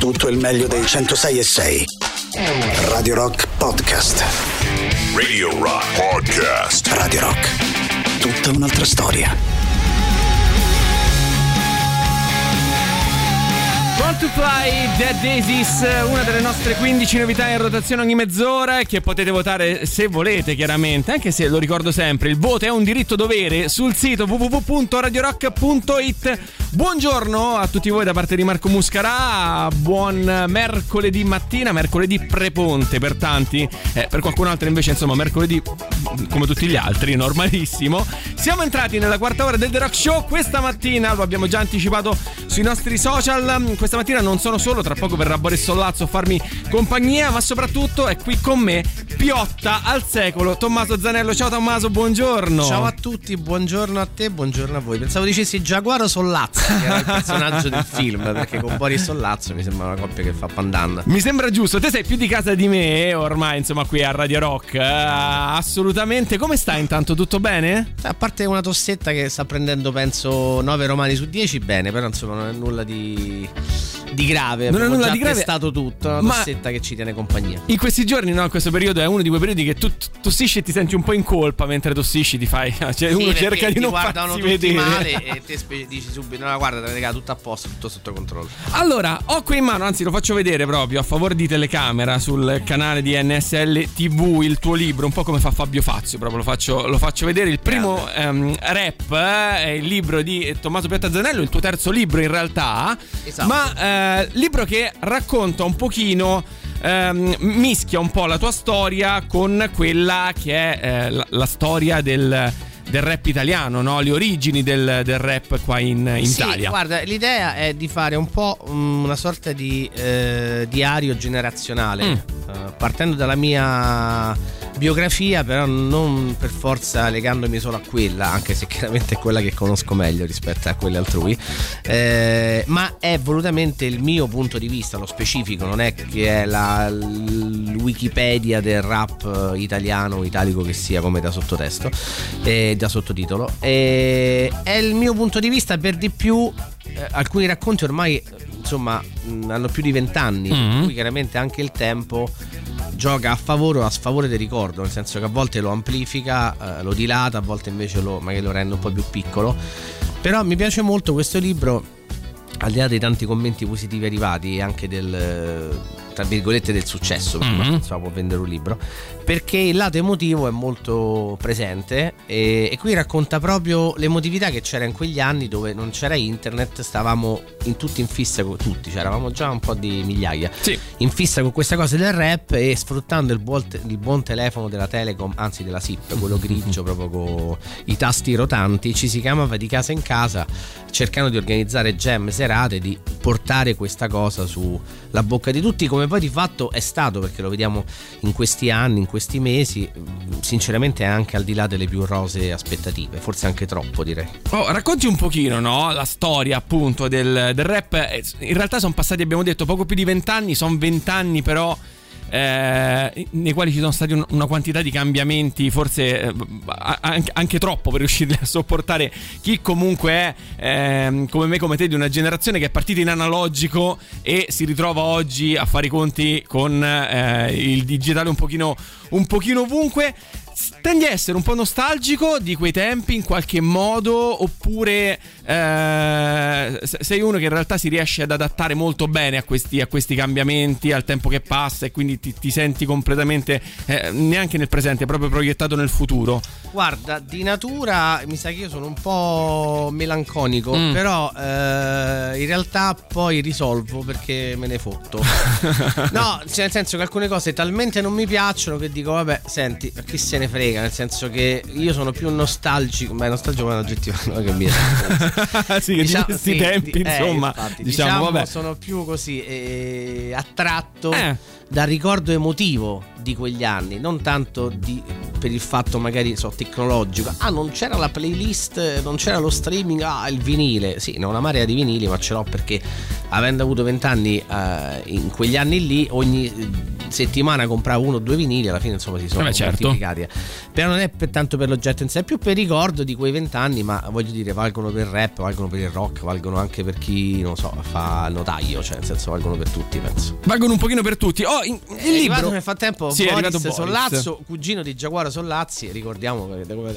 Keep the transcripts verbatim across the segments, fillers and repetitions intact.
tutto il meglio dei centosei e sei. Radio Rock Podcast. Radio Rock Podcast. Radio Rock. Tutta un'altra storia. Born to Fly, Dead Daisies, una delle nostre quindici novità in rotazione ogni mezz'ora che potete votare se volete, chiaramente, anche se lo ricordo sempre, il voto è un diritto dovere sul sito w w w punto radio rock punto i t. Buongiorno a tutti voi da parte di Marco Muscarà, buon mercoledì mattina, mercoledì preponte per tanti, eh, per qualcun altro invece insomma mercoledì come tutti gli altri, normalissimo. Siamo entrati nella quarta ora del The Rock Show, questa mattina lo abbiamo già anticipato sui nostri social. Questa mattina non sono solo, tra poco verrà Boris Sollazzo a farmi compagnia, ma soprattutto è qui con me Piotta al secolo, Tommaso Zanello. Ciao Tommaso, buongiorno. Ciao a tutti, buongiorno a te, buongiorno a voi. Pensavo dicessi Giaguaro Sollazzo, che era il personaggio del film, perché con Boris Sollazzo mi sembra una coppia che fa pandan. Mi sembra giusto, te sei più di casa di me ormai, insomma, qui a Radio Rock, eh, assolutamente. Come stai intanto, tutto bene? A parte una tossetta che sta prendendo penso nove romani su dieci, bene, però insomma non è nulla di... di grave, non è nulla già di grave, è stato tutto, una ma tossetta che ci tiene compagnia. In questi giorni, no, in questo periodo è uno di quei periodi che tu tossisci e ti senti un po' in colpa mentre tossisci, ti fai, cioè sì, uno cerca di non farsi vedere male e te dici subito no, guarda raga, tutto a posto, tutto sotto controllo. Allora, ho qui in mano, anzi lo faccio vedere proprio a favore di telecamera sul canale di N S L T V, il tuo libro, un po' come fa Fabio Fazio, proprio lo faccio, lo faccio vedere, il primo um, rap eh, è il libro di Tommaso Piotta Zanello, il tuo terzo libro in realtà, esatto. Ma eh, libro che racconta un pochino, ehm, mischia un po' la tua storia con quella che è eh, la, la storia del, del rap italiano, no? Le origini del, del rap qua in, in sì, Italia. Guarda, l'idea è di fare un po' um, una sorta di eh, diario generazionale, mm. uh, partendo dalla mia biografia, però non per forza legandomi solo a quella, anche se chiaramente è quella che conosco meglio rispetto a quelle altrui, eh, ma è volutamente il mio punto di vista, lo specifico, non è che è la l- Wikipedia del rap italiano, italico che sia, come da sottotesto, eh, da sottotitolo, eh, è il mio punto di vista. Per di più eh, alcuni racconti ormai insomma mh, hanno più di vent'anni, mm-hmm. per cui chiaramente anche il tempo gioca a favore o a sfavore del ricordo, nel senso che a volte lo amplifica, eh, lo dilata, a volte invece lo, magari lo rende un po' più piccolo. Però mi piace molto questo libro, al di là dei tanti commenti positivi arrivati, anche del, tra virgolette, del successo, perché mm-hmm. insomma, può vendere un libro, perché il lato emotivo è molto presente e, e qui racconta proprio l'emotività che c'era in quegli anni dove non c'era internet, stavamo in tutti in fissa con tutti, cioè eravamo già un po' di migliaia, sì. in fissa con questa cosa del rap, e sfruttando il buon, il buon telefono della Telecom, anzi della S I P, quello grigio proprio con i tasti rotanti, ci si chiamava di casa in casa cercando di organizzare jam, serate, di portare questa cosa sulla bocca di tutti, come poi di fatto è stato, perché lo vediamo in questi anni, in questi mesi, sinceramente anche al di là delle più rosee aspettative, forse anche troppo, direi. Oh, racconti un pochino, no, la storia appunto del, del rap. In realtà sono passati, abbiamo detto, poco più di vent'anni, sono vent'anni però Eh, nei quali ci sono stati un, una quantità di cambiamenti, forse eh, anche, anche troppo per riuscire a sopportare chi comunque è eh, come me, come te, di una generazione che è partita in analogico e si ritrova oggi a fare i conti con eh, il digitale un pochino, un pochino ovunque. Tendi a essere un po' nostalgico di quei tempi in qualche modo, oppure eh, sei uno che in realtà si riesce ad adattare molto bene a questi, a questi cambiamenti, al tempo che passa, e quindi ti, ti senti completamente eh, neanche nel presente, proprio proiettato nel futuro? Guarda, di natura mi sa che io sono un po' melanconico, mm. però eh, in realtà poi risolvo perché me ne fotto. No, cioè nel senso che alcune cose talmente non mi piacciono che dico vabbè, senti, chi se ne frega, nel senso che io sono più nostalgico, ma nostalgico è un aggettivo, no, che mi sì, che diciamo, di questi sì, tempi, di, insomma, eh, infatti, diciamo, diciamo vabbè. sono più così eh, attratto eh. dal ricordo emotivo di quegli anni, non tanto di, per il fatto magari so tecnologico, ah non c'era la playlist, non c'era lo streaming, ah il vinile, sì, ne ho una marea di vinili, ma ce l'ho perché avendo avuto vent'anni eh, in quegli anni lì, ogni settimana compravo uno o due vinili, alla fine insomma si sono eh certo. moltiplicati. Però non è per tanto per l'oggetto in sé, è più per ricordo di quei vent'anni, ma voglio dire, valgono per il rap, valgono per il rock, valgono anche per chi, non so, fa notaio, cioè nel senso valgono per tutti, penso. Valgono un pochino per tutti. Oh, in, il è libro arrivato nel frattempo sì, Boris Boris Sollazzo, cugino di Giaguaro Sollazzi, ricordiamo che come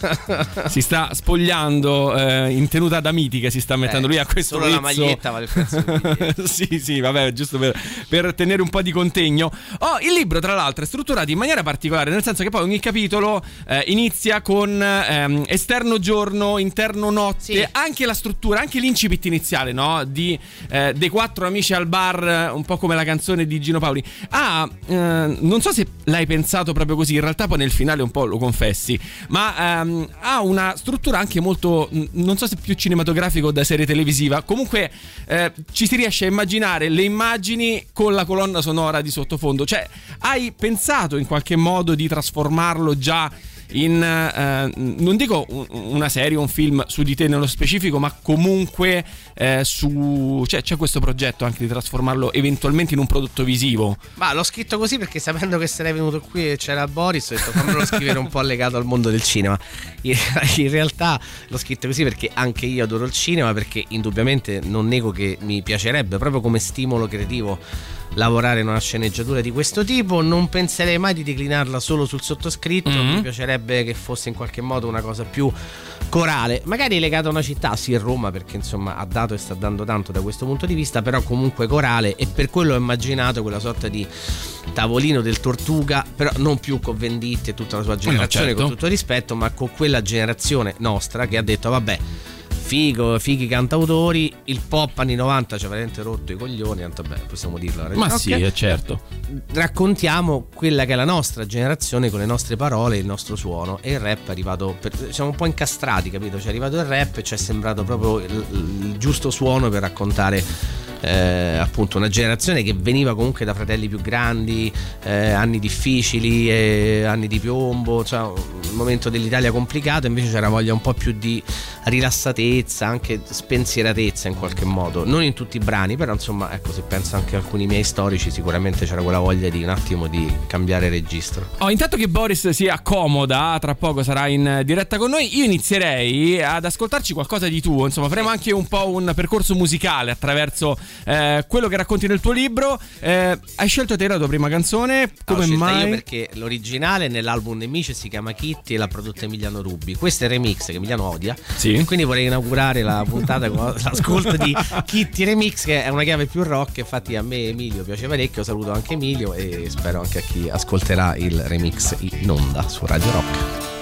si sta spogliando eh, in tenuta da mitica, si sta mettendo eh, lui a questo solo vezzo. La maglietta vale il prezzo del biglietto. Sì, sì, vabbè, giusto per, per tenere un po' di contegno. Oh, il libro tra l'altro è strutturato in maniera particolare, nel senso che poi ogni capitolo eh, inizia con ehm, esterno giorno, interno notte, sì. Anche la struttura, anche l'incipit iniziale, no? Di eh, dei quattro amici al bar, un po' come la canzone di Gino Paoli. Ah, eh, non so se l'hai pensato proprio così, in realtà poi nel finale un po' lo confessi, ma ehm, ha una struttura anche molto, non so se più cinematografico o da serie televisiva, comunque eh, ci si riesce a immaginare le immagini con la colonna sonora di sottofondo. Cioè, hai pensato in qualche modo di trasformarlo già in eh, non dico una serie o un film su di te nello specifico, ma comunque eh, su cioè c'è questo progetto anche di trasformarlo eventualmente in un prodotto visivo? Ma l'ho scritto così perché sapendo che sarei venuto qui e c'era Boris, ho detto fammelo scrivere un po' legato al mondo del cinema. In, in realtà l'ho scritto così perché anche io adoro il cinema, perché indubbiamente non nego che mi piacerebbe proprio come stimolo creativo lavorare in una sceneggiatura di questo tipo. Non penserei mai di declinarla solo sul sottoscritto, mm-hmm. Mi piacerebbe che fosse in qualche modo una cosa più corale, magari legata a una città, sì, Roma, perché insomma ha dato e sta dando tanto da questo punto di vista, però comunque corale, e per quello ho immaginato quella sorta di tavolino del Tortuga, però non più con Venditti e tutta la sua generazione, no, certo. Con tutto il rispetto, ma con quella generazione nostra che ha detto vabbè, figo, fighi cantautori, il pop anni novanta ci ha veramente rotto i coglioni, tanto beh, possiamo dirlo. Ma okay. Sì, è certo. Raccontiamo quella che è la nostra generazione con le nostre parole e il nostro suono, e il rap è arrivato per, siamo un po' incastrati, capito? Ci è arrivato il rap e ci è sembrato proprio il, il giusto suono per raccontare Eh, appunto una generazione che veniva comunque da fratelli più grandi, eh, anni difficili, eh, anni di piombo, cioè un momento dell'Italia complicato. Invece c'era voglia un po' più di rilassatezza, anche spensieratezza in qualche modo, non in tutti i brani, però insomma ecco, se penso anche a alcuni miei storici sicuramente c'era quella voglia di un attimo di cambiare registro. Oh, intanto che Boris si accomoda, tra poco sarà in diretta con noi, io inizierei ad ascoltarci qualcosa di tuo, insomma faremo anche un po' un percorso musicale attraverso Eh, quello che racconti nel tuo libro. eh, Hai scelto te la tua prima canzone, come no, mai? Io perché l'originale nell'album Nemici si chiama Kitty e l'ha prodotta Emiliano Rubi. Questo è il remix che Emiliano odia, sì. E quindi vorrei inaugurare la puntata con l'ascolto di Kitty Remix, che è una chiave più rock. Infatti a me Emilio piace parecchio, saluto anche Emilio e spero anche a chi ascolterà il remix in onda su Radio Rock.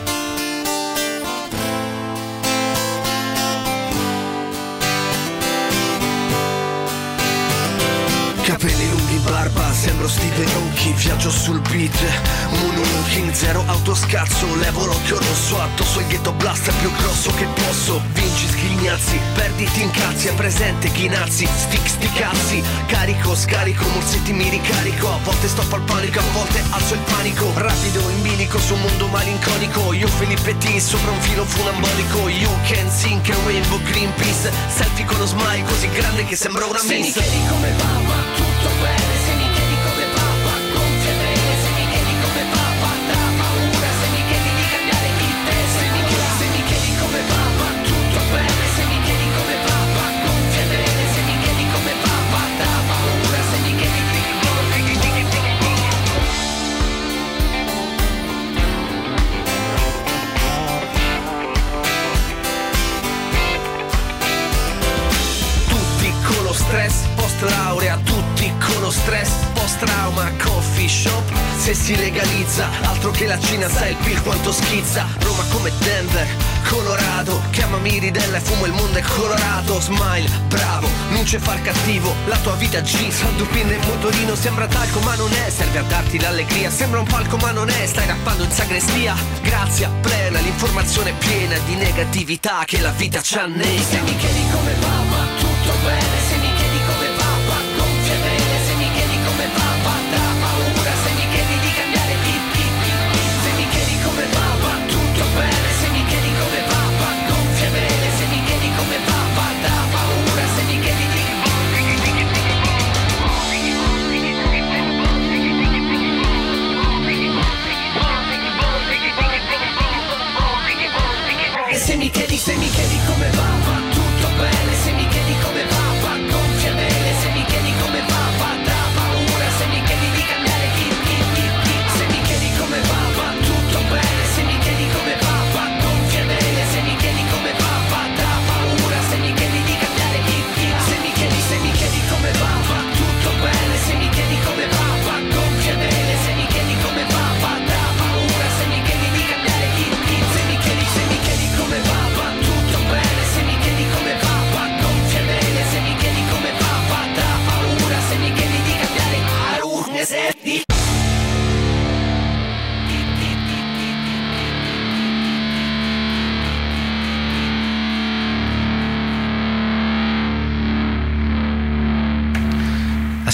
Capelli lunghi, barba, sembro Steve Aoki. Viaggio sul beat, moonwalking, zero autoscazzo. Levo l'occhio rosso, addosso il ghetto blast è più grosso che posso. Vinci, sghignazzi, perditi incazzi. È presente Ghinazzi, stick, sti cazzi. Carico, scarico, morsetti mi ricarico. A volte stoppo al panico, a volte alzo il panico. Rapido, in bilico, su un mondo malinconico. Io Filippetti, sopra un filo funambolico. You can sink a rainbow, Greenpeace. Selfie con lo smile così grande che sembra una miss. Se mi chiedi come va, ma tutto bene. Se mi chiedi come va, va gonfia bene. Se mi chiedi come va, va da paura. Se mi chiedi di cambiare il te. Se mi chiedi, se mi chiedi come va, va tutto bene. Se mi chiedi come va, va gonfia bene. Se mi chiedi come va, va da paura. Se mi chiedi di tutti con lo stress, post laurea, tutti con lo stress, post trauma, coffee shop, se si legalizza, altro che la Cina, sai il P I L quanto schizza, Roma come Denver, Colorado, chiamami ridella e fumo il mondo è colorato, smile, bravo, non c'è far cattivo, la tua vita G, saldo pin nel motorino, sembra talco ma non è, serve a darti l'allegria, sembra un palco ma non è, stai rappando in sagrestia, grazia plena, l'informazione piena di negatività che la vita c'ha nei. Se mi chiedi come va, va tutto bene, se mi chiedi come va, va gonfia bene, se mi chiedi come va, va da paura, se mi chiedi di cambiare pip pip pip, se mi chiedi come va, va tutto bene, se mi chiedi come va, va gonfia bene, se mi chiedi come va, va da paura, se mi chiedi di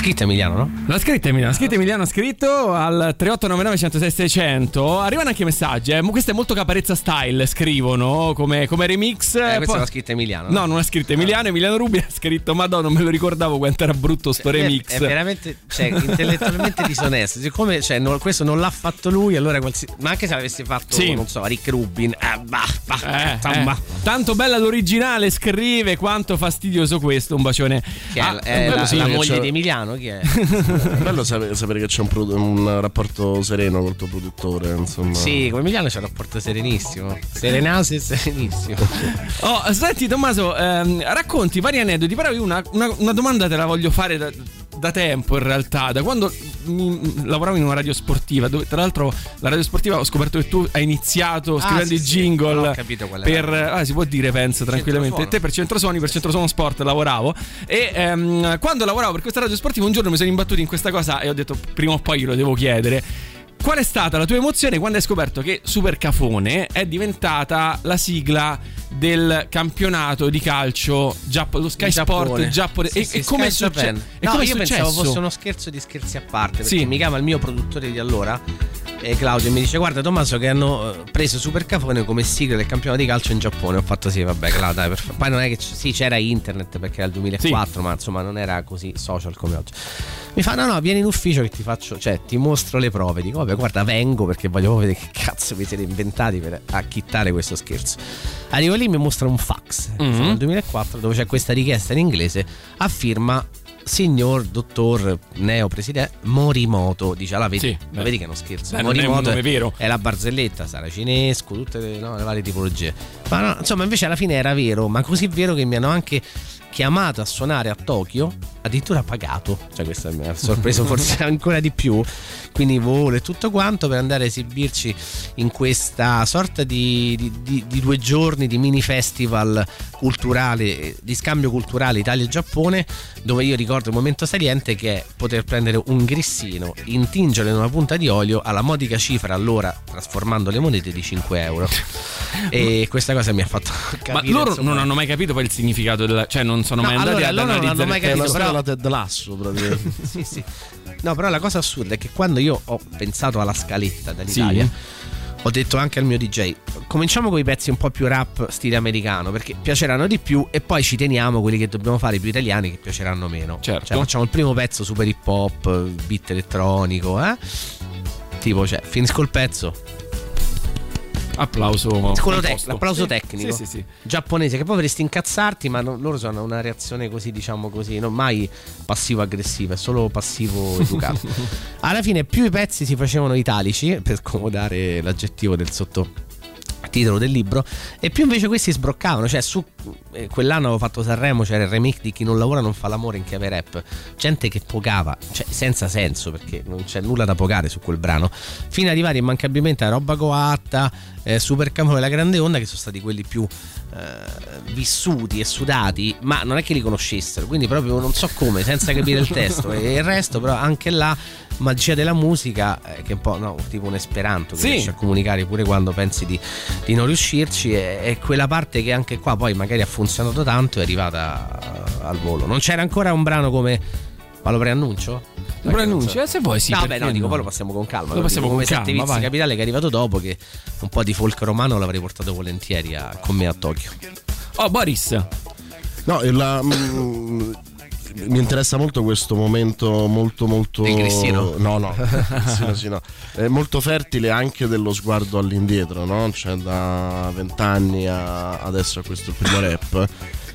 scritto Emiliano, no? L'ha scritto Emiliano, l'ha scritto Emiliano, ha scritto al tre otto nove nove uno zero sei sei zero zero. Arrivano anche messaggi, eh. Questo è molto Caparezza style, scrivono come, come remix. Eh, questo poi... l'ha scritto Emiliano. No, non l'ha scritto Emiliano, Emiliano Rubi ha scritto Madonna, non me lo ricordavo quanto era brutto sto Cioè, remix. È, è veramente, cioè, intellettualmente disonesto. Siccome cioè, non, questo non l'ha fatto lui, allora qualsiasi... Ma anche se l'avesse fatto, sì. non so, Rick Rubin, eh, bah, bah, Eh, insomma. eh. Tanto bella l'originale, scrive, quanto fastidioso questo, un bacione. Che è, Ah, è la, sì, la che moglie c'è- di Emiliano, chi è? È bello sapere, sapere che c'è un, produ- un rapporto sereno col tuo produttore, insomma. Sì, con Emiliano c'è un rapporto serenissimo. Serenato e serenissimo. Oh, senti Tommaso, ehm, racconti vari aneddoti, però io una, una, una domanda te la voglio fare da, da tempo in realtà, da quando mi, lavoravo in una radio sportiva, dove tra l'altro la radio sportiva ho scoperto che tu hai iniziato scrivendo sì, i sì, jingle non ho capito qual per, era. ah, si può dire penso tranquillamente, Centrosuono. te per Centrosuoni, per Centrosuono Sport lavoravo e ehm, quando lavoravo per questa radio sportiva un giorno mi sono imbattuto in questa cosa e ho detto prima o poi glielo devo chiedere. Qual è stata la tua emozione quando hai scoperto che Super Cafone è diventata la sigla del campionato di calcio Giappo, lo Sky In Sport Giappone. giapponese? Sì, E, sì, e come è Sky successo? Japan. E No, come è io successo? pensavo fosse uno scherzo di scherzi a parte, perché Sì. mi chiama il mio produttore di allora, eh, Claudio, e mi dice: guarda Tommaso, che hanno eh, preso Super Cafone come sigla del campionato di calcio in Giappone. Ho fatto sì, vabbè, Claudio, dai, per fa- poi non è che c- sì, c'era internet perché era il duemilaquattro, ma insomma non era così social come oggi. Mi fa: no no, vieni in ufficio che ti faccio, cioè ti mostro le prove. Dico vabbè, guarda, vengo perché voglio proprio vedere che cazzo vi siete inventati per acchittare questo scherzo. Arrivo lì, mi mostra un fax, Mhm. sono nel duemilaquattro, dove c'è questa richiesta in inglese a firma signor dottor neo presidente Morimoto. Dice: allora vedi, Sì, ma beh. vedi che è uno scherzo. Beh, non è un Morimoto nome vero. è la barzelletta saracinesco, tutte le, no, le varie tipologie. Ma no, insomma, invece alla fine era vero, ma così vero che mi hanno anche chiamato a suonare a Tokyo, addirittura pagato, cioè questo mi ha sorpreso forse ancora di più, quindi volo e tutto quanto per andare a esibirci in questa sorta di, di, di, di due giorni di mini festival culturale, di scambio culturale Italia e Giappone, dove io ricordo il momento saliente che è poter prendere un grissino, intingerlo in una punta di olio alla modica cifra allora, trasformando le monete, di cinque euro. E questa cosa mi ha fatto capire, Ma loro insomma, non hanno mai capito poi il significato del, cioè non sono No, mai andati allora, ad loro non analizzare hanno mai È una capito, storia però- della Ted Lasso, praticamente. sì, sì. No, però la cosa assurda è che quando io ho pensato alla scaletta dall'Italia, Sì. ho detto anche al mio D J: cominciamo con i pezzi un po' più rap stile americano, perché piaceranno di più, e poi ci teniamo quelli che dobbiamo fare più italiani, che piaceranno meno. Certo. Cioè facciamo il primo pezzo super hip hop, beat elettronico, eh? Tipo, cioè, finisco il pezzo, Applauso. quello tec- composto. l'applauso Sì, tecnico Sì, sì, sì. giapponese, che poi vorresti incazzarti, ma non- loro hanno una reazione così, diciamo così, non mai passivo-aggressiva, è solo passivo-educato. Alla fine più i pezzi si facevano italici, per scomodare l'aggettivo del sotto titolo del libro, e più invece questi sbroccavano. Cioè su eh, quell'anno avevo fatto Sanremo, c'era il remake di Chi non lavora non fa l'amore in chiave rap, gente che pogava, cioè senza senso, perché non c'è nulla da pogare su quel brano, fino ad arrivare immancabilmente a Roba Coatta, eh, Super Cafone e La Grande Onda, che sono stati quelli più eh, vissuti e sudati, ma non è che li conoscessero, quindi proprio non so come, senza capire il testo. E il resto però anche là magia della musica, eh, che è un po', no, tipo un esperanto che Sì. riesce a comunicare pure quando pensi di, di non riuscirci, è, è quella parte che anche qua poi magari ha funzionato tanto, è arrivata eh, al volo. Non c'era ancora un brano come, ma lo preannuncio? Lo preannunci? Eh, se vuoi sì. No, perché beh, no, dico, poi lo passiamo con calma. Lo passiamo dico, con come Sette calma, Vizi vai. Capitale, che è arrivato dopo, che un po' di folk romano l'avrei portato volentieri a- con me a Tokyo. Oh, Boris. No, e la, mm, mi interessa molto questo momento molto molto Di Cristino? No, no, Cristino sì, no. È molto fertile anche dello sguardo all'indietro, no? Cioè da vent'anni a adesso a questo primo rap.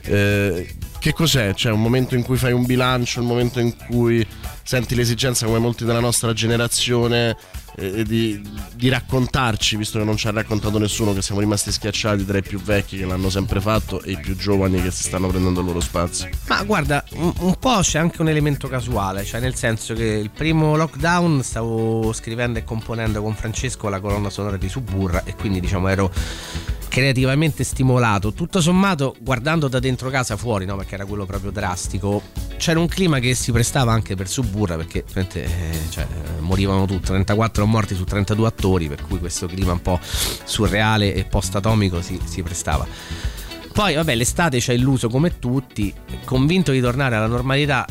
Eh, che cos'è? Cioè un momento in cui fai un bilancio, il momento in cui senti l'esigenza, come molti della nostra generazione, eh, di, di raccontarci, visto che non ci ha raccontato nessuno, che siamo rimasti schiacciati tra i più vecchi che l'hanno sempre fatto e i più giovani che si stanno prendendo il loro spazio. Ma guarda, un, un po' c'è anche un elemento casuale, cioè nel senso che il primo lockdown stavo scrivendo e componendo con Francesco la colonna sonora di Suburra, e quindi diciamo ero creativamente stimolato. Tutto sommato, guardando da dentro casa fuori, no, perché era quello proprio drastico, c'era un clima che si prestava anche per Suburra, perché eh, cioè, morivano tutti, trentaquattro morti su trentadue attori, per cui questo clima un po' surreale e post-atomico si, si prestava. Poi vabbè, l'estate ci ha illuso come tutti, convinto di tornare alla normalità.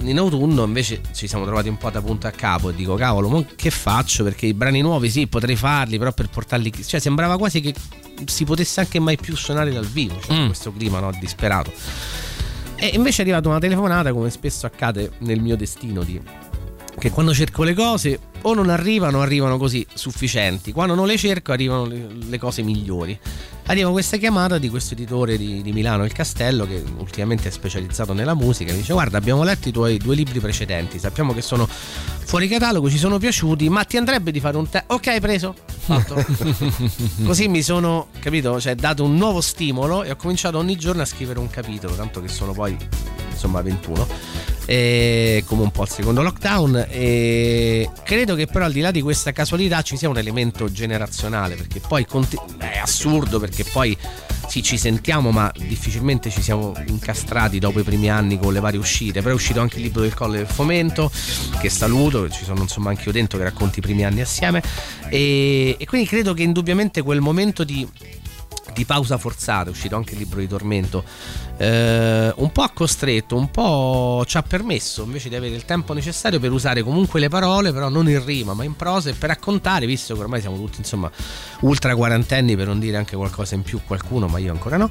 in autunno invece ci siamo trovati un po' da punto a capo e dico cavolo, ma che faccio? Perché i brani nuovi sì, potrei farli, però per portarli, cioè sembrava quasi che si potesse anche mai più suonare dal vivo, cioè mm. questo clima, no, disperato. E invece è arrivata una telefonata, come spesso accade nel mio destino, di che quando cerco le cose o non arrivano o arrivano così sufficienti, quando non le cerco arrivano le, le cose migliori. Arriva questa chiamata di questo editore di, di Milano Il Castello, che ultimamente è specializzato nella musica, mi dice guarda, abbiamo letto i tuoi due libri precedenti, sappiamo che sono fuori catalogo, ci sono piaciuti, ma ti andrebbe di fare un te- ok, preso, fatto. Così mi sono, capito, cioè dato un nuovo stimolo e ho cominciato ogni giorno a scrivere un capitolo, tanto che sono poi insomma ventuno, e come un po' il secondo lockdown. E credo che però al di là di questa casualità ci sia un elemento generazionale, perché poi conti- è assurdo, perché poi sì, ci sentiamo ma difficilmente ci siamo incastrati dopo i primi anni con le varie uscite. Però è uscito anche il libro del Colle del Fomento, che saluto, ci sono insomma anche io dentro, che racconti i primi anni assieme, e, e quindi credo che indubbiamente quel momento di di pausa forzata, è uscito anche il libro di Tormento, eh, un po' ha costretto, un po' ci ha permesso invece di avere il tempo necessario per usare comunque le parole, però non in rima ma in prosa, e per raccontare, visto che ormai siamo tutti insomma ultra quarantenni, per non dire anche qualcosa in più qualcuno, ma io ancora no,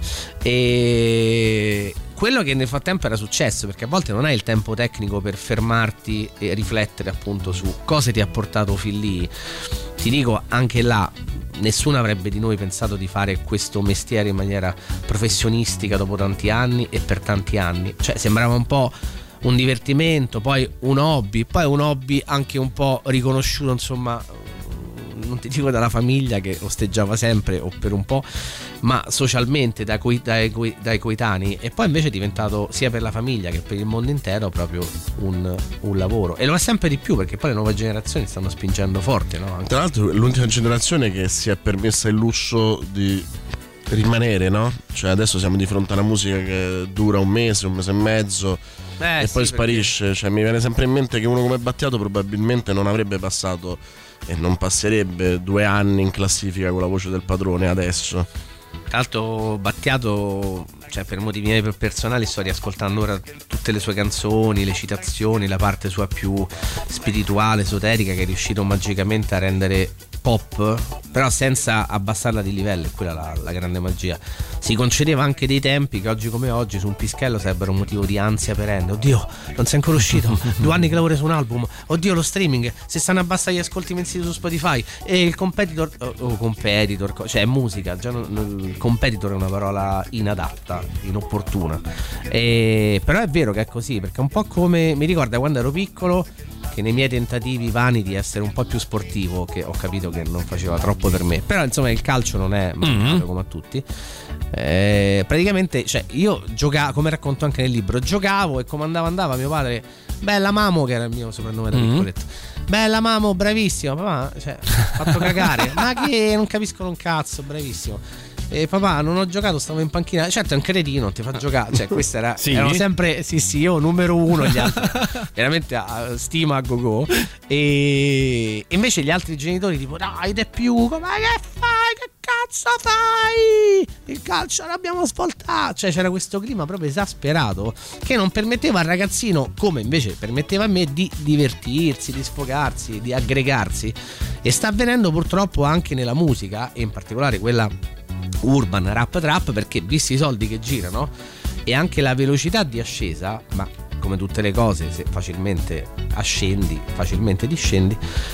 e quello che nel frattempo era successo, perché a volte non hai il tempo tecnico per fermarti e riflettere appunto su cosa ti ha portato fin lì. Ti dico, anche là nessuno avrebbe di noi pensato di fare questo mestiere in maniera professionistica dopo tanti anni e per tanti anni, cioè sembrava un po' un divertimento, poi un hobby, poi un hobby anche un po' riconosciuto, insomma, non ti dico dalla famiglia che osteggiava sempre o per un po', ma socialmente dai, coi, dai, coi, dai coetanei, e poi invece è diventato sia per la famiglia che per il mondo intero proprio un, un lavoro, e lo è sempre di più perché poi le nuove generazioni stanno spingendo forte, no? Anche... Tra l'altro è l'ultima generazione che si è permessa il lusso di rimanere, no? Cioè adesso siamo di fronte a una musica che dura un mese, un mese e mezzo eh, e sì, poi sparisce, perché... cioè mi viene sempre in mente che uno come Battiato probabilmente non avrebbe passato e non passerebbe due anni in classifica con La Voce del Padrone adesso. Tra l'altro Battiato, cioè per motivi miei personali sto riascoltando ora tutte le sue canzoni, le citazioni, la parte sua più spirituale, esoterica, che è riuscito magicamente a rendere pop, però senza abbassarla di livello, è quella la, la grande magia. Si concedeva anche dei tempi che oggi come oggi su un pischello sarebbero un motivo di ansia perenne. Oddio, non sei ancora uscito, due anni che lavori su un album, oddio lo streaming, se stanno a abbassare gli ascolti mensili su Spotify, e il competitor, oh, oh, competitor, cioè è musica, già non, il competitor è una parola inadatta, inopportuna, e, però è vero che è così, perché è un po' come, mi ricorda quando ero piccolo, che nei miei tentativi vani di essere un po' più sportivo, che ho capito che non faceva troppo per me, però insomma il calcio non è mancato mm-hmm. come a tutti, eh, praticamente, cioè io giocavo, come racconto anche nel libro, giocavo e come andava andava mio padre, bella Mamo, che era il mio soprannome da mm-hmm. piccoletto, bella Mamo, bravissima papà, cioè fatto cagare ma che non capiscono un cazzo, bravissimo. E papà, non ho giocato, stavo in panchina. Certo è un cretino, non ti fa giocare. Cioè questa era sì? Erano sempre, sì sì, io numero uno, gli altri veramente a, stima a go-go. E invece gli altri genitori tipo dai De più, come che fai, che cazzo fai, il calcio l'abbiamo svoltato. Cioè c'era questo clima proprio esasperato che non permetteva al ragazzino, come invece permetteva a me, di divertirsi, di sfogarsi, di aggregarsi. E sta avvenendo purtroppo anche nella musica, e in particolare quella urban, rap, trap, perché visti i soldi che girano e anche la velocità di ascesa, ma come tutte le cose, se facilmente ascendi, facilmente discendi,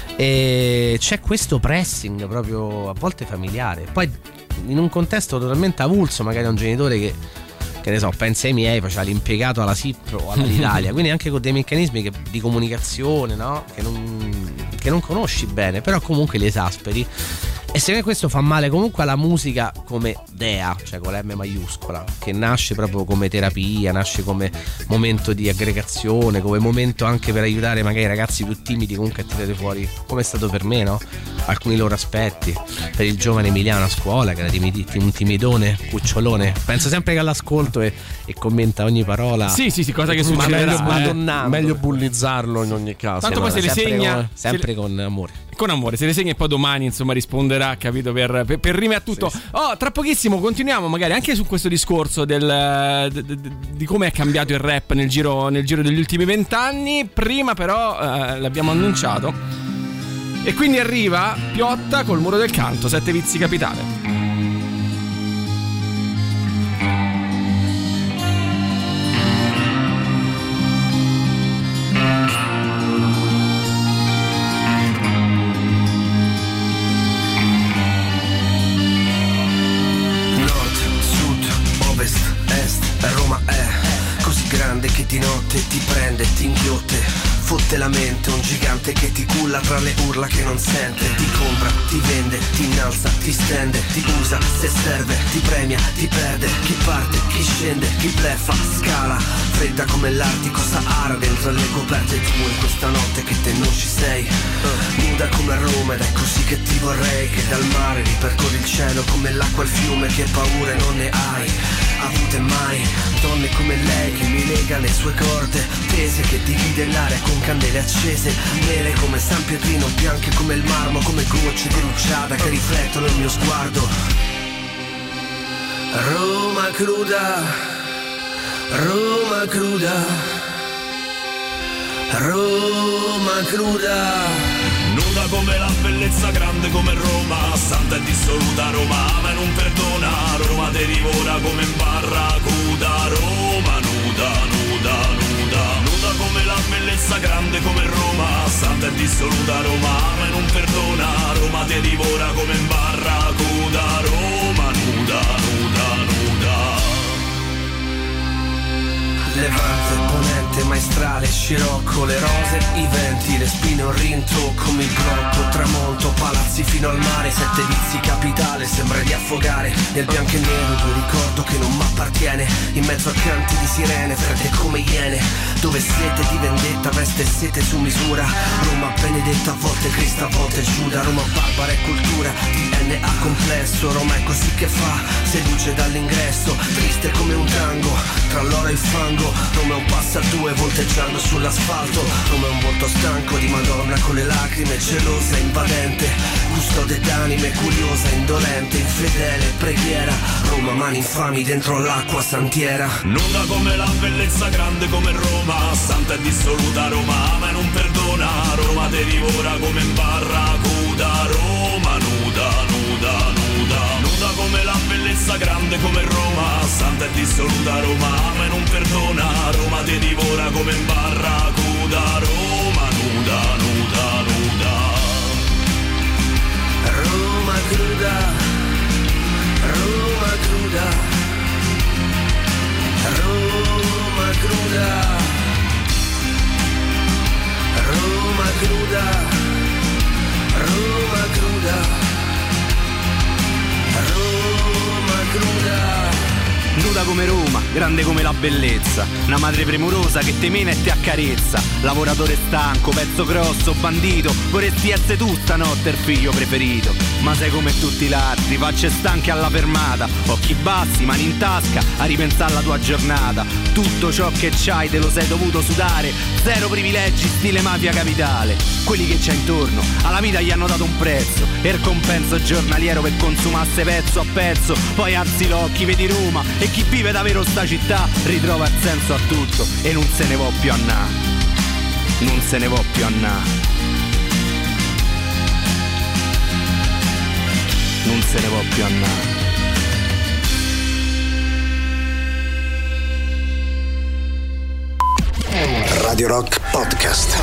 e c'è questo pressing proprio a volte familiare, poi in un contesto totalmente avulso, magari a un genitore che, che ne so, pensa ai miei, faceva l'impiegato alla S I P o all'Italia, quindi anche con dei meccanismi che, di comunicazione, no? che, non, che non conosci bene, però comunque li esasperi. E secondo me questo fa male comunque alla musica come dea, cioè con la M maiuscola, che nasce proprio come terapia, nasce come momento di aggregazione, come momento anche per aiutare magari i ragazzi più timidi comunque a tirare fuori, come è stato per me, no? alcuni loro aspetti, per il giovane Emiliano a scuola che era timidi- un timidone, cucciolone. Penso sempre che all'ascolto e, e commenta ogni parola. Sì, sì, sì, cosa che Ma succederà. meglio, eh. meglio bullizzarlo in ogni caso. Tanto poi se le sempre segna con, sempre se le... con amore. Con amore, se le segna e poi domani insomma risponderà, capito, per, per, per rime a tutto. Sì, sì. Oh, tra pochissimo continuiamo magari anche su questo discorso del, de, de, de, di come è cambiato il rap nel giro, nel giro degli ultimi vent'anni. Prima però eh, l'abbiamo annunciato e quindi arriva Piotta col Muro del Canto, Sette Vizi Capitale. Che di notte ti prende, ti inghiotte, fotte la mente, un gigante che ti culla tra le urla che non sente, ti compra, ti vende, ti innalza, ti stende, ti usa, se serve, ti premia, ti perde, chi parte, chi scende, chi bleffa, scala, fredda come l'Artico Sahara dentro le coperte tue in questa notte che te non ci sei, nuda come Roma ed è così che ti vorrei, che dal mare ripercorri il cielo come l'acqua al fiume, che paure non ne hai avute mai, donne come lei che mi lega le sue corde tese, che divide l'aria con candele accese, nere come San Pietrino, bianche come il marmo, come gocce di rugiada che riflettono il mio sguardo. Roma cruda, Roma cruda, Roma cruda. Nuda come la bellezza, grande come Roma, santa e dissoluta Roma, ma non perdona, Roma te divora come in barracuda, Roma nuda, nuda, nuda, nuda come la bellezza, grande come Roma, santa e dissoluta Roma, ma non perdona, Roma te divora come in barracuda, Roma nuda, nuda, nuda. Levante, ponente, maestrale, scirocco, le rose, i venti, le spine, un rintocco, il blocco, tramonto, palazzi fino al mare, sette vizi capitale, sembra di affogare nel bianco e nero, il ricordo che non m'appartiene, in mezzo a canti di sirene, fredde come iene, dove sete di vendetta, veste e sete su misura, Roma benedetta, a volte Cristo, a volte Giuda, Roma barbara e cultura, D N A complesso, Roma è così che fa, seduce dall'ingresso, triste come un tango, tra l'oro e il fango, Roma è un passo a due volteggiando sull'asfalto, Roma è un volto stanco di Madonna con le lacrime, gelosa, invadente, custode d'anime, curiosa, indolente, infedele, preghiera, Roma mani infami dentro l'acqua santiera. Nuda come la bellezza, grande come Roma, santa e dissoluta Roma, ma non perdona, Roma te divora come in barracuda, Roma nuda, nuda, nuda, nuda come la bellezza, grande come Roma, santa e dissoluta Roma, ma non perdona, Roma te divora come in barracuda, Roma nuda, nuda, nuda. Roma cruda, Roma cruda, Roma cruda, Roma cruda, Roma cruda, Roma cruda. Nuda come Roma, grande come la bellezza, una madre premurosa che te mena e te accarezza, lavoratore stanco, pezzo grosso, bandito, vorresti essere tu stanotte il figlio preferito, ma sei come tutti gli altri, facce stanche alla fermata, occhi bassi, mani in tasca, a ripensare alla tua giornata, tutto ciò che c'hai te lo sei dovuto sudare, zero privilegi stile mafia capitale, quelli che c'hai intorno, alla vita gli hanno dato un prezzo, e il compenso giornaliero per consumasse pezzo a pezzo, poi alzi l'occhi, vedi Roma, e chi vive davvero sta città ritrova il senso a tutto e non se ne va più a na, non se ne va più a na, non se ne va più a na. Radio Rock Podcast.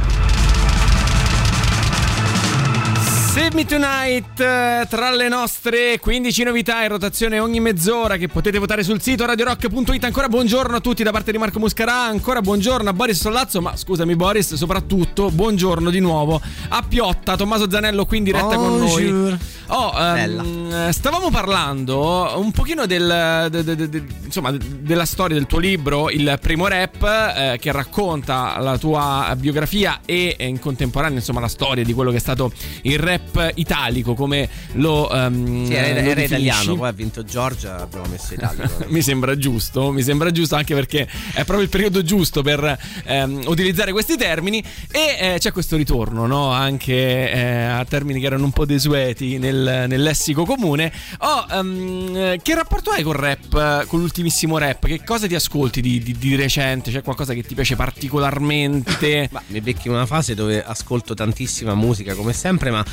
Save Me Tonight, eh, tra le nostre quindici novità in rotazione ogni mezz'ora che potete votare sul sito radiorock punto it. Ancora buongiorno a tutti da parte di Marco Muscarà, ancora buongiorno a Boris Sollazzo, ma scusami Boris, soprattutto buongiorno di nuovo a Piotta, Tommaso Zanello qui in diretta con noi. Oh, um, stavamo parlando un pochino del, de, de, de, de, insomma, della storia del tuo libro, Il Primo Rap, eh, che racconta la tua biografia e in contemporanea, insomma, la storia di quello che è stato il rap italico, come lo um, sì, era, lo era italiano, poi ha vinto Giorgia, abbiamo messo italico. mi sembra giusto, mi sembra giusto anche perché è proprio il periodo giusto per ehm, utilizzare questi termini, e eh, c'è questo ritorno, no? Anche eh, a termini che erano un po' desueti nel, nel lessico comune. Oh, um, che rapporto hai col rap, con l'ultimissimo rap? Che cosa ti ascolti di, di, di recente? C'è qualcosa che ti piace particolarmente? Ma mi becchi una fase dove ascolto tantissima musica come sempre, ma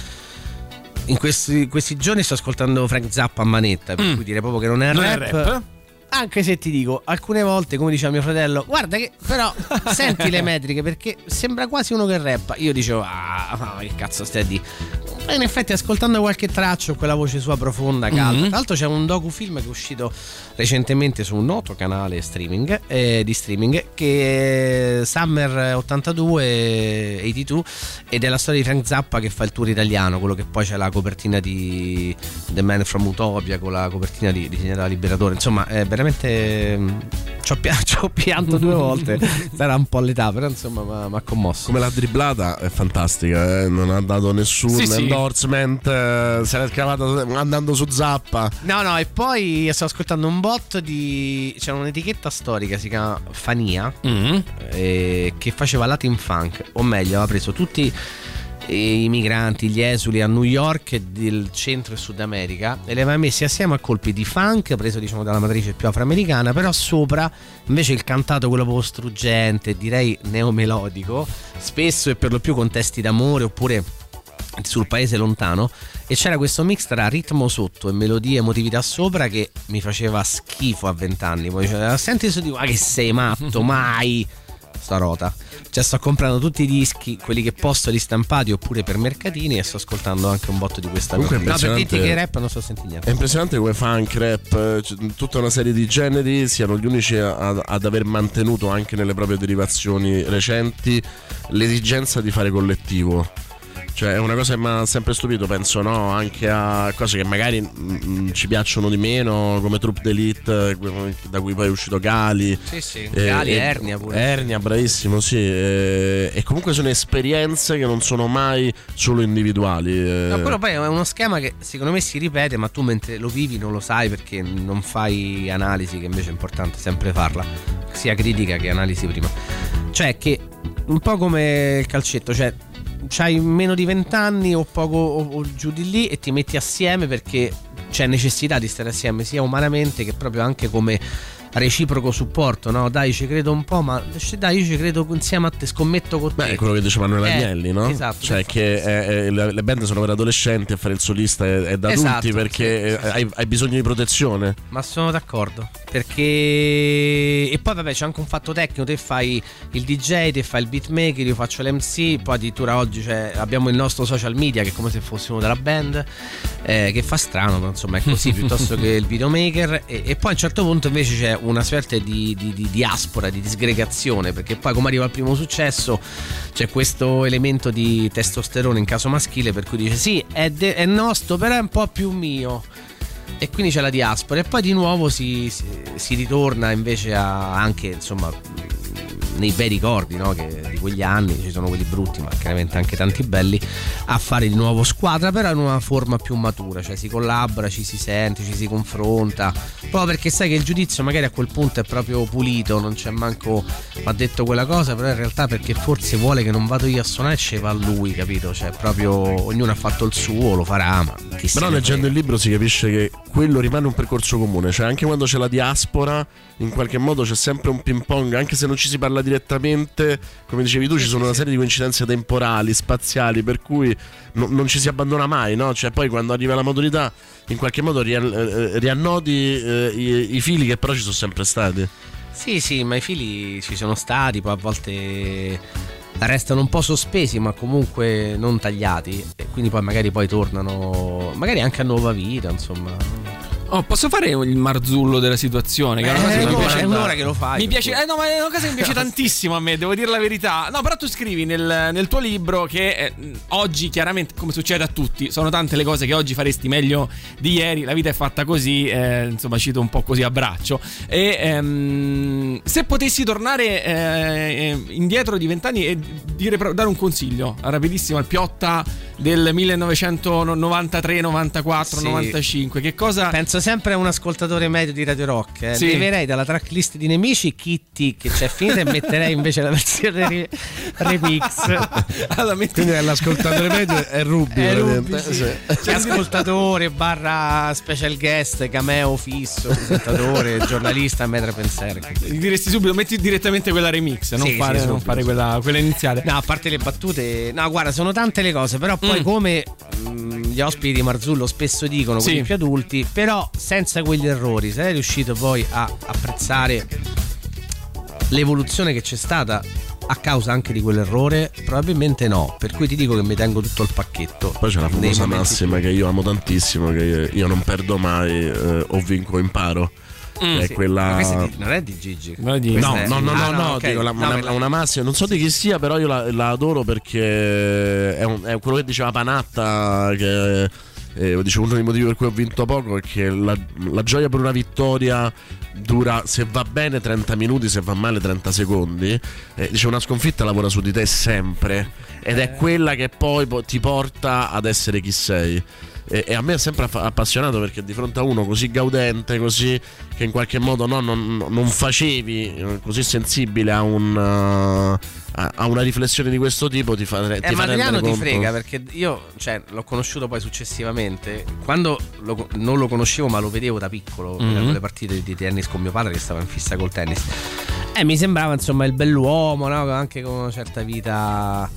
in questi, questi giorni sto ascoltando Frank Zappa a manetta, per mm. cui dire proprio che non è non rap, è rap. Anche se ti dico, alcune volte, come diceva mio fratello, guarda che però senti le metriche, perché sembra quasi uno che rappa. Io dicevo, ah, ma che cazzo stai a dire? E in effetti, ascoltando qualche traccia, quella voce sua profonda, calda. Mm-hmm. Tra l'altro c'è un docufilm che è uscito recentemente su un noto canale streaming eh, di streaming, che è Summer ottantadue ottantadue, ed è la storia di Frank Zappa che fa il tour italiano, quello che poi c'è la copertina di The Man from Utopia con la copertina di, di Generale Liberatore. Insomma, è veramente ci ho, pi- ci ho pianto due volte. Sarà un po' l'età, però insomma mi ha commosso. Come l'ha dribblata è fantastica, eh? Non ha dato nessun sì, sì. endorsement, eh, se l'è scavata andando su Zappa. No, no, e poi sto ascoltando un botto di... c'è un'etichetta storica, si chiama Fania, Mm-hmm. eh, che faceva Latin Funk, o meglio aveva preso tutti i migranti, gli esuli a New York e del centro e Sud America, e li aveva messi assieme a colpi di funk preso, diciamo, dalla matrice più afroamericana, però sopra invece il cantato, quello proprio struggente, direi neomelodico, spesso e per lo più con testi d'amore oppure sul paese lontano, e c'era questo mix tra ritmo sotto e melodie, emotività sopra, che mi faceva schifo a vent'anni. Poi diceva, senti questo, dico, ma che sei matto, mai sta rota. Cioè sto comprando tutti i dischi, quelli che posto ristampati oppure per mercatini, e sto ascoltando anche un botto di questa cosa. No, per dirti che rap non sto sentendo niente. È impressionante come funk, rap, tutta una serie di generi siano gli unici ad, ad aver mantenuto anche nelle proprie derivazioni recenti l'esigenza di fare collettivo. Cioè è una cosa che mi ha sempre stupito, penso, no? Anche a cose che magari mh, ci piacciono di meno, come Troupe d'Elite, da cui poi è uscito Gali. Sì, sì, eh, Gali, e Ernia pure. Ernia, bravissimo, sì. E, e comunque sono esperienze che non sono mai solo individuali. Eh. No, quello poi è uno schema che secondo me si ripete, ma tu mentre lo vivi non lo sai, perché non fai analisi, che invece è importante sempre farla, sia critica che analisi prima. Cioè che un po' come il calcetto, cioè c'hai meno di vent'anni o poco o, o giù di lì e ti metti assieme perché c'è necessità di stare assieme, sia umanamente che proprio anche come reciproco supporto, no? Dai, ci credo un po', ma dai, io ci credo insieme a te, scommetto con te. Beh, è quello che dice Manuel Agnelli, eh, no? Esatto. Cioè che è, è, le band sono per adolescenti e fare il solista è, è da esatto, adulti, perché sì, sì, hai, hai bisogno di protezione. Ma sono d'accordo, perché e poi vabbè c'è anche un fatto tecnico, te fai il D J, te fai il beatmaker, io faccio l'M C, poi addirittura oggi cioè, abbiamo il nostro social media che è come se fossimo della band, eh, che fa strano, ma insomma è così, piuttosto che il videomaker, e, e poi a un certo punto invece c'è una sorta di, di, di diaspora, di disgregazione, perché poi come arriva al primo successo c'è questo elemento di testosterone in caso maschile, per cui dice sì è, de- è nostro però è un po' più mio, e quindi c'è la diaspora, e poi di nuovo si, si, si ritorna invece a anche insomma nei bei ricordi, no? Che di quegli anni ci sono quelli brutti ma chiaramente anche tanti belli, a fare di nuovo squadra, però in una forma più matura, cioè si collabora, ci si sente, ci si confronta, proprio perché sai che il giudizio magari a quel punto è proprio pulito, non c'è manco mi ha detto quella cosa, però in realtà perché forse vuole che non vado io a suonare e ci va lui, capito? Cioè proprio ognuno ha fatto il suo, lo farà, ma chi però leggendo il libro si capisce che quello rimane un percorso comune, cioè anche quando c'è la diaspora in qualche modo c'è sempre un ping pong, anche se non ci si parla direttamente, come dicevi tu, ci sono una serie di coincidenze temporali, spaziali, per cui no, non ci si abbandona mai, no? Cioè poi quando arriva la maturità in qualche modo riannodi eh, i, i fili che però ci sono sempre stati. Sì, sì, ma i fili ci sono stati, poi a volte restano un po' sospesi ma comunque non tagliati, e quindi poi magari poi tornano magari anche a nuova vita, insomma. Oh, posso fare il marzullo della situazione? Che è una cosa Eh, che mi no, piace è un'ora che lo fai. Mi piace, eh, no, ma è una cosa che mi piace tantissimo a me, devo dire la verità. No, però tu scrivi nel, nel tuo libro che eh, oggi, chiaramente, come succede a tutti, sono tante le cose che oggi faresti meglio di ieri. La vita è fatta così, eh, insomma, cito un po' così a braccio. E ehm, se potessi tornare eh, indietro di vent'anni e dire, dare un consiglio rapidissimo al Piotta del millenovecentonovantatré, novantaquattro, Sì. novantacinque, che cosa? Penso sempre a un ascoltatore medio di Radio Rock. Eh. Sì. Leverei dalla tracklist di Nemici Kitty che c'è finita e metterei invece la versione re- remix. Allora, metti- Quindi è l'ascoltatore medio è Ruby, È veramente. Ruby, sì. Sì. Che ascoltatore barra special guest, cameo fisso, presentatore, giornalista, mentre pensare. diresti subito, metti direttamente quella remix, non Sì, fare, sì, non subito, fare quella, quella iniziale. No, a parte le battute, no, guarda, sono tante le cose, però poi Mm. come mh, gli ospiti di Marzullo spesso dicono, quelli Sì. più adulti, però senza quegli errori, sei riuscito poi a apprezzare l'evoluzione che c'è stata a causa anche di quell'errore? Probabilmente no, per cui ti dico che mi tengo tutto il pacchetto. Poi c'è la Nei famosa momenti massima che io amo tantissimo, che io non perdo mai, eh, o vinco o imparo. Mm, è Sì, quella... ma questa è di- non è di Gigi. Non è di- Questa No, è- no, no, no, Ah, no, ok. dico la- No, una, quella- una massima, non so di chi sia, però io la, la adoro perché è, un- è quello che diceva Panatta, che eh, dice uno dei motivi per cui ho vinto poco è che la, la gioia per una vittoria dura, se va bene, trenta minuti, se va male trenta secondi. Eh, dice una sconfitta lavora su di te sempre ed è quella che poi po- ti porta ad essere chi sei. E, e a me è sempre aff- appassionato perché di fronte a uno così gaudente, così che in qualche modo no, non, non facevi, eh, così sensibile a, un, uh, a, a una riflessione di questo tipo, ti fa, ti Eh, fa ma Adriano rendere ti conto. frega perché io, cioè, l'ho conosciuto poi successivamente. Quando lo- non lo conoscevo, ma lo vedevo da piccolo, Mhm. mm-hmm. le partite di tennis con mio padre che stava in fissa col tennis. E mi sembrava insomma il bell'uomo, no? Anche con una certa vita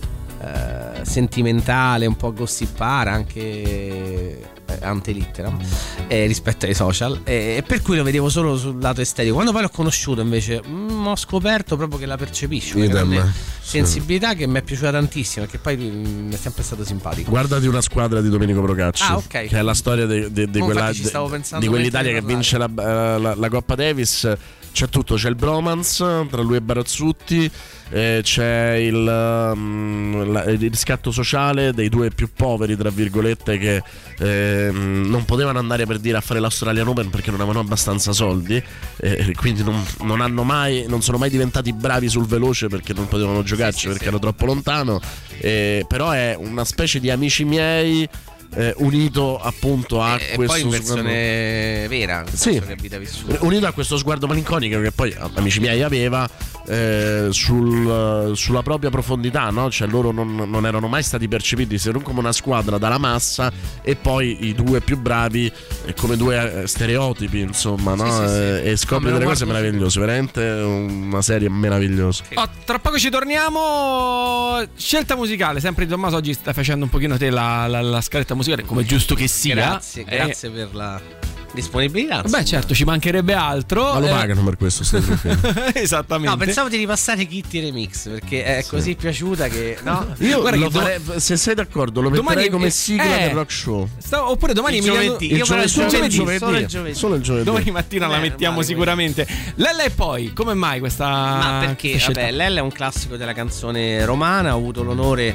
eh, sentimentale, un po' gossipara, anche eh, antelitteram eh, rispetto ai social, e, e per cui lo vedevo solo sul lato estetico. Quando poi l'ho conosciuto invece mm, ho scoperto proprio che la percepisci una Idem. grande Sì. sensibilità che mi è piaciuta tantissimo, perché poi mm, mi è sempre stato simpatico. Guardati una squadra di Domenico Procacci, Ah, ok. che è la storia di, di, di Oh, quella, infatti ci stavo di- pensando di quell'Italia che mentre vince la, la- la Coppa Davis. C'è tutto, c'è il bromance tra lui e Barazzutti, eh, c'è il, um, la- il riscatto sociale dei due più poveri, tra virgolette, che ehm, non potevano andare, per dire, a fare l'Australian Open perché non avevano abbastanza soldi, eh, quindi non, non hanno mai, non sono mai diventati bravi sul veloce perché non potevano giocarci, sì, perché sì. ero troppo lontano. Eh, però è una specie di amici miei, eh, unito appunto a E questo poi in versione vera, nel Sì. senso che vita vissuta. unito a questo sguardo malinconico che poi amici miei aveva, eh, sul, sulla propria profondità, no? Cioè loro non, non erano mai stati percepiti se non come una squadra dalla massa, e poi i due più bravi eh, come due eh, stereotipi, insomma, no? Sì, sì, sì. Eh, e scopri No, me lo delle cose guardo meravigliose, veramente una serie meravigliosa. Oh, tra poco ci torniamo. Scelta musicale, sempre di Tommaso. Oggi stai facendo un pochino te la, la, la scaletta musicale, come è giusto che sia. Grazie, Eh, grazie per la disponibilità. Beh, insomma. certo, ci mancherebbe altro. Ma lo Eh, pagano per questo, stai tranquillo. Esattamente. No, pensavo di ripassare Kitty Remix perché è così piaciuta che no. Io Guarda lo che do- farei- se sei d'accordo, lo Domani- metterei come eh, sigla eh. del rock show. Sta- oppure domani Il Emiliano- giovedì. Il Io però il giovedì, giovedì, solo il solo il giovedì. giovedì. Solo il giovedì. Domani mattina la Beh, mettiamo male, sicuramente. Lella e poi, come mai questa? Ma perché, questa scelta? vabbè, Lella è un classico della canzone romana. Ho avuto l'onore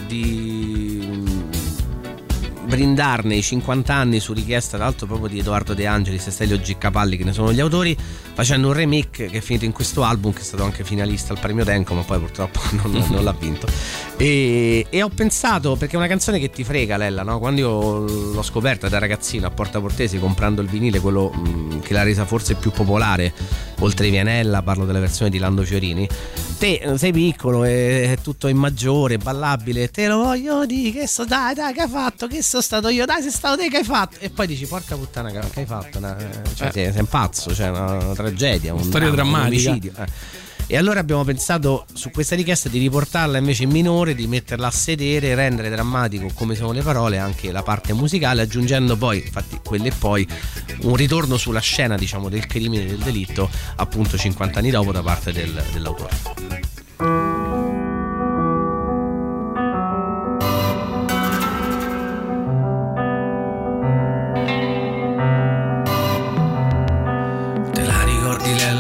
di mm, brindarne i cinquanta anni su richiesta, tra l'altro, proprio di Edoardo De Angelis e Stelio G. Capalli, che ne sono gli autori, facendo un remake che è finito in questo album, che è stato anche finalista al premio Tenco, ma poi purtroppo non, non l'ha vinto. E, e ho pensato, perché è una canzone che ti frega, Lella, no? Quando io l'ho scoperta da ragazzino a Porta Portesi, comprando il vinile, quello mh, che l'ha resa forse più popolare, oltre Vianella, parlo della versione di Lando Fiorini. Te eh, sei piccolo, è, è tutto in maggiore, ballabile, te lo voglio dire, che so, dai, dai, che hai fatto, che sono stato io, dai, sei stato te che hai fatto. E poi dici, porca puttana, che che hai fatto? Una, cioè, Eh. sei, sei un pazzo, cioè una tragedia, un Storia dramma, un drammatica. omicidio. eh. E allora abbiamo pensato su questa richiesta di riportarla invece in minore, di metterla a sedere, rendere drammatico come sono le parole anche la parte musicale, aggiungendo poi, infatti quelle e poi, un ritorno sulla scena, diciamo, del crimine, del delitto, appunto cinquanta anni dopo, da parte del, dell'autore.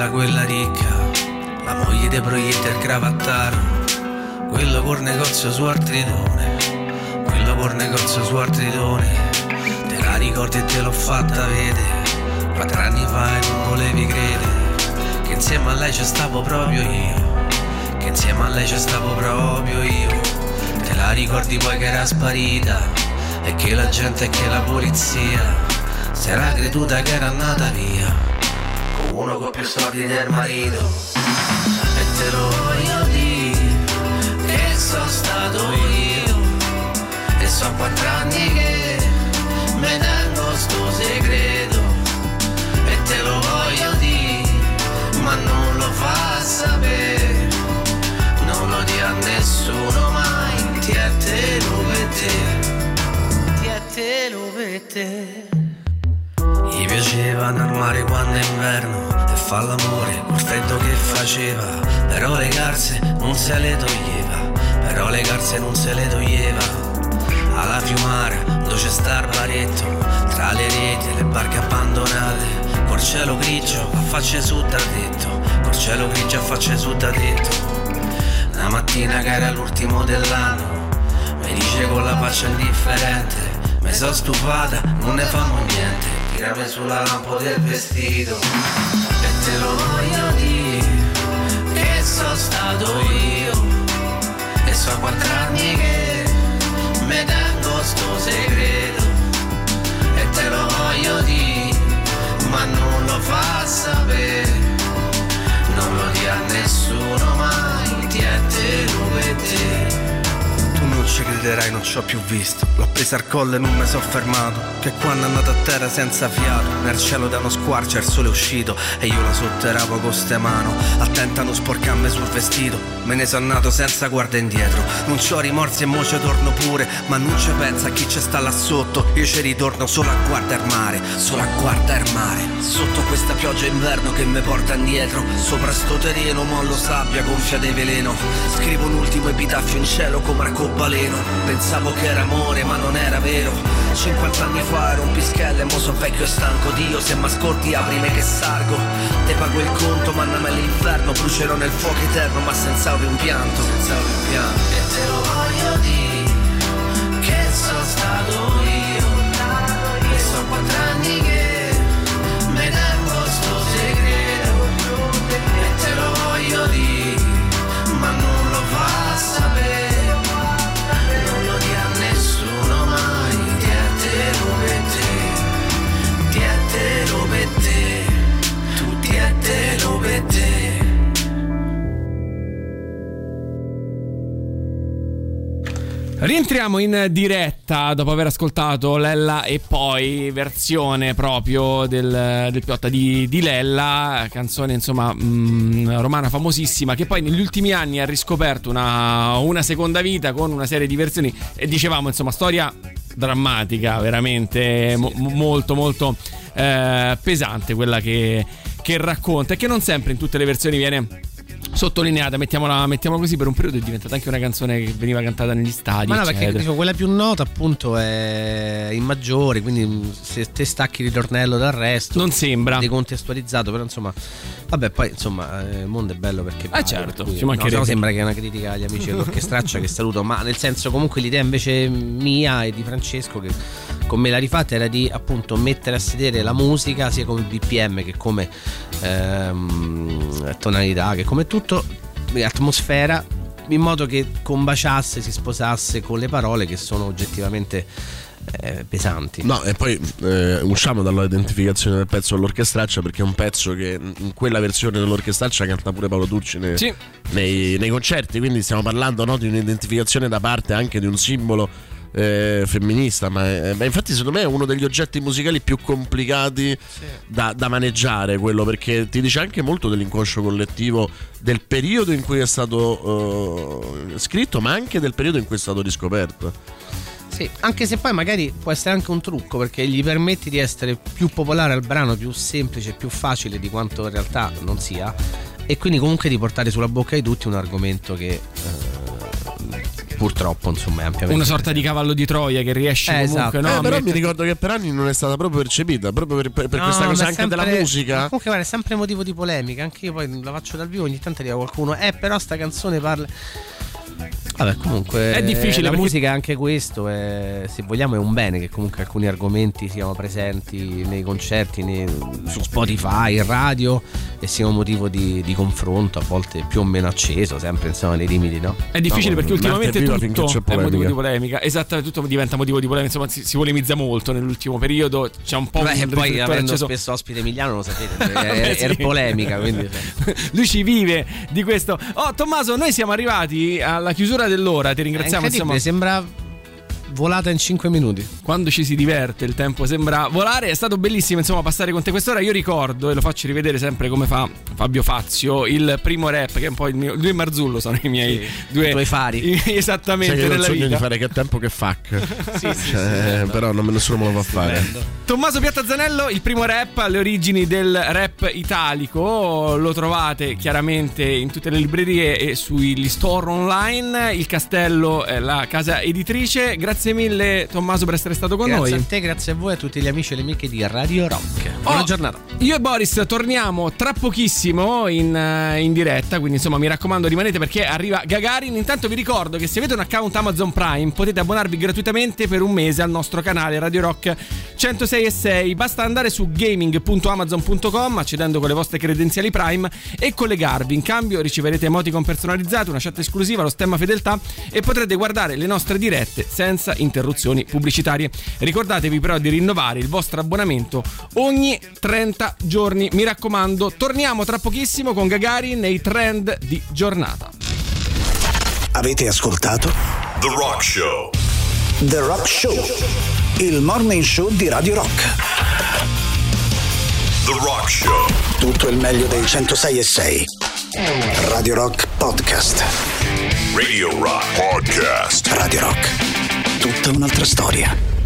era quella ricca, la moglie de proietti al cravattaro, quello col negozio su Artridone, quello col negozio su Artridone. Te la ricordi e te l'ho fatta vedere, quattro anni fa e non volevi credere, che insieme a lei ci stavo proprio io, che insieme a lei ci stavo proprio io. Te la ricordi poi che era sparita, e che la gente e che la polizia si era creduta che era andata via con uno con più soldi del marito. E te lo voglio dire che sono stato io, e so quattro anni che me tengo sto segreto. E te lo voglio dire, ma non lo fa sapere, non lo dia a nessuno mai. Ti è te lo per te, ti è te lo per te. Gli piaceva andare al mare quando è inverno e fa l'amore col freddo che faceva, però le garze non se le toglieva, però le garze non se le toglieva. Alla Fiumara dove c'è sta il baretto, tra le reti e le barche abbandonate, col cielo grigio a facce su da tetto, col cielo grigio a facce su da tetto. Una mattina che era l'ultimo dell'anno, mi dice con la faccia indifferente, mi sono stufata, non ne famo niente, tirami sulla lampo del vestito. E te lo voglio dire che sono stato io, e so quattro anni che me tengo sto segreto. E te lo voglio dire, ma non lo fa sapere, non lo dia a nessuno mai. Ti è te lo per te. Tu non ci crederai, non ci ho più visto, l'ho presa al collo e non mi sono fermato, che quando è andato a terra senza fiato, nel cielo da uno squarcio il sole è uscito e io la sotterravo con ste mano, attenta a non sporcarmi sul vestito, me ne sono nato senza guarda indietro, non c'ho rimorsi e mo ci torno pure, ma non ci pensa a chi ci sta là sotto, io ci ritorno solo a guardare il mare, solo a guardare il mare, sotto questa pioggia inverno che mi porta indietro, sopra sto terreno mollo sabbia gonfia di veleno, scrivo un ultimo epitaffio in cielo come arcobaleno, pensavo che era amore ma non era vero, cinquanta anni fa ero un pischello e mo so vecchio e stanco, Dio se m'ascolti apri me che sargo, te pago il conto mandami all'inferno, brucerò nel fuoco eterno ma senza un rimpianto, senza un rimpianto. E te lo voglio dire che sono stato io, e so quattro anni che me tengo sto segreto. E te lo voglio dire, ma non lo fa sapere, non lo dia a nessuno mai. Ti è te lo per te, ti è te lo per te, tu ti è te lo per te. Rientriamo in diretta dopo aver ascoltato Lella e poi versione proprio del, del Piotta di, di Lella, canzone insomma mh, romana famosissima che poi negli ultimi anni ha riscoperto una, una seconda vita con una serie di versioni e dicevamo insomma storia drammatica, veramente mo, molto molto eh, pesante quella che, che racconta e che non sempre in tutte le versioni viene sottolineata, mettiamola, mettiamola così, per un periodo è diventata anche una canzone che veniva cantata negli stadi. Ma no, eccetera. perché dico, quella più nota appunto è in maggiore, quindi se te stacchi il ritornello dal resto non sembra decontestualizzato, però insomma vabbè, poi insomma il mondo è bello perché ah, certo, per cui, ci mancherebbe. no, sembra che è una critica agli amici dell'orchestraccia che saluto, ma nel senso comunque l'idea invece mia e di Francesco che con me l'ha rifatta era di appunto mettere a sedere la musica sia come B P M che come ehm, tonalità, che come tutto atmosfera, in modo che combaciasse, si sposasse con le parole che sono oggettivamente eh, pesanti. No, e poi eh, usciamo dall'identificazione del pezzo dell'orchestraccia, perché è un pezzo che in quella versione dell'orchestraccia canta pure Paolo Turci nei, sì. nei, nei concerti, quindi stiamo parlando, no, di un'identificazione da parte anche di un simbolo Eh, femminista, ma, eh, ma infatti secondo me è uno degli oggetti musicali più complicati sì. da, da maneggiare, quello, perché ti dice anche molto dell'inconscio collettivo del periodo in cui è stato uh, scritto, ma anche del periodo in cui è stato riscoperto. Sì, anche se poi magari può essere anche un trucco, perché gli permetti di essere più popolare al brano, più semplice, più facile di quanto in realtà non sia, e quindi comunque di portare sulla bocca di tutti un argomento che uh, purtroppo insomma è ampiamente una sorta di cavallo di Troia che riesce eh, comunque esatto. no, eh, però mette... mi ricordo che per anni non è stata proprio percepita, proprio per, per, per no, questa cosa ma anche sempre, della musica. ma comunque guarda, è sempre motivo di polemica. Anche io poi la faccio dal vivo, ogni tanto arriva qualcuno eh però sta canzone parla. Vabbè, comunque è difficile la perché... musica è anche questo, è, se vogliamo è un bene che comunque alcuni argomenti siano presenti nei concerti, nei, su Spotify, in radio, e siano motivo di, di confronto, a volte più o meno acceso, sempre insomma nei limiti, no? È difficile no, perché ultimamente tutto è motivo di polemica. polemica. Esattamente, tutto diventa motivo di polemica. Insomma, si, si polemizza molto nell'ultimo periodo. C'è un po' Beh, un e poi avendo acceso... spesso ospite Emiliano, lo sapete, è, Beh, è sì. polemica, quindi lui ci vive di questo. Oh Tommaso, noi siamo arrivati alla chiusura dell'ora. Ti ringraziamo. Insomma, sembra volata in cinque minuti. Quando ci si diverte il tempo sembra volare. È stato bellissimo insomma passare con te quest'ora. Io ricordo, e lo faccio rivedere sempre come fa Fabio Fazio, il primo rap, che è un po' il mio, lui e Marzullo sono i miei sì, due i tuoi fari. Esattamente, sai che nella non sogno vita di fare che tempo che fac. Sì, sì, cioè, sì, però non, nessuno me lo fa fare. Tommaso Piattazzanello, il primo rap alle origini del rap italico. Lo trovate chiaramente in tutte le librerie e sugli store online. Il Castello è la casa editrice. Grazie mille Tommaso per essere stato con grazie noi. a te, grazie a voi, a tutti gli amici e le amiche di Radio Rock. Buona Oh, giornata. Io e Boris torniamo tra pochissimo in, uh, in diretta, quindi insomma mi raccomando rimanete perché arriva Gagarin. Intanto vi ricordo che se avete un account Amazon Prime potete abbonarvi gratuitamente per un mese al nostro canale Radio Rock centosei e sei. Basta andare su gaming punto amazon punto com accedendo con le vostre credenziali Prime e collegarvi. In cambio riceverete emoticon personalizzate, una chat esclusiva, lo stemma fedeltà e potrete guardare le nostre dirette senza interruzioni pubblicitarie. Ricordatevi però di rinnovare il vostro abbonamento ogni trenta giorni, mi raccomando. Torniamo tra pochissimo con Gagarin nei trend di giornata. Avete ascoltato The Rock Show. The Rock Show, il morning show di Radio Rock. The Rock Show. Tutto il meglio dei centosei e sei. Radio Rock Podcast. Radio Rock Podcast. Radio Rock. Tutta un'altra storia.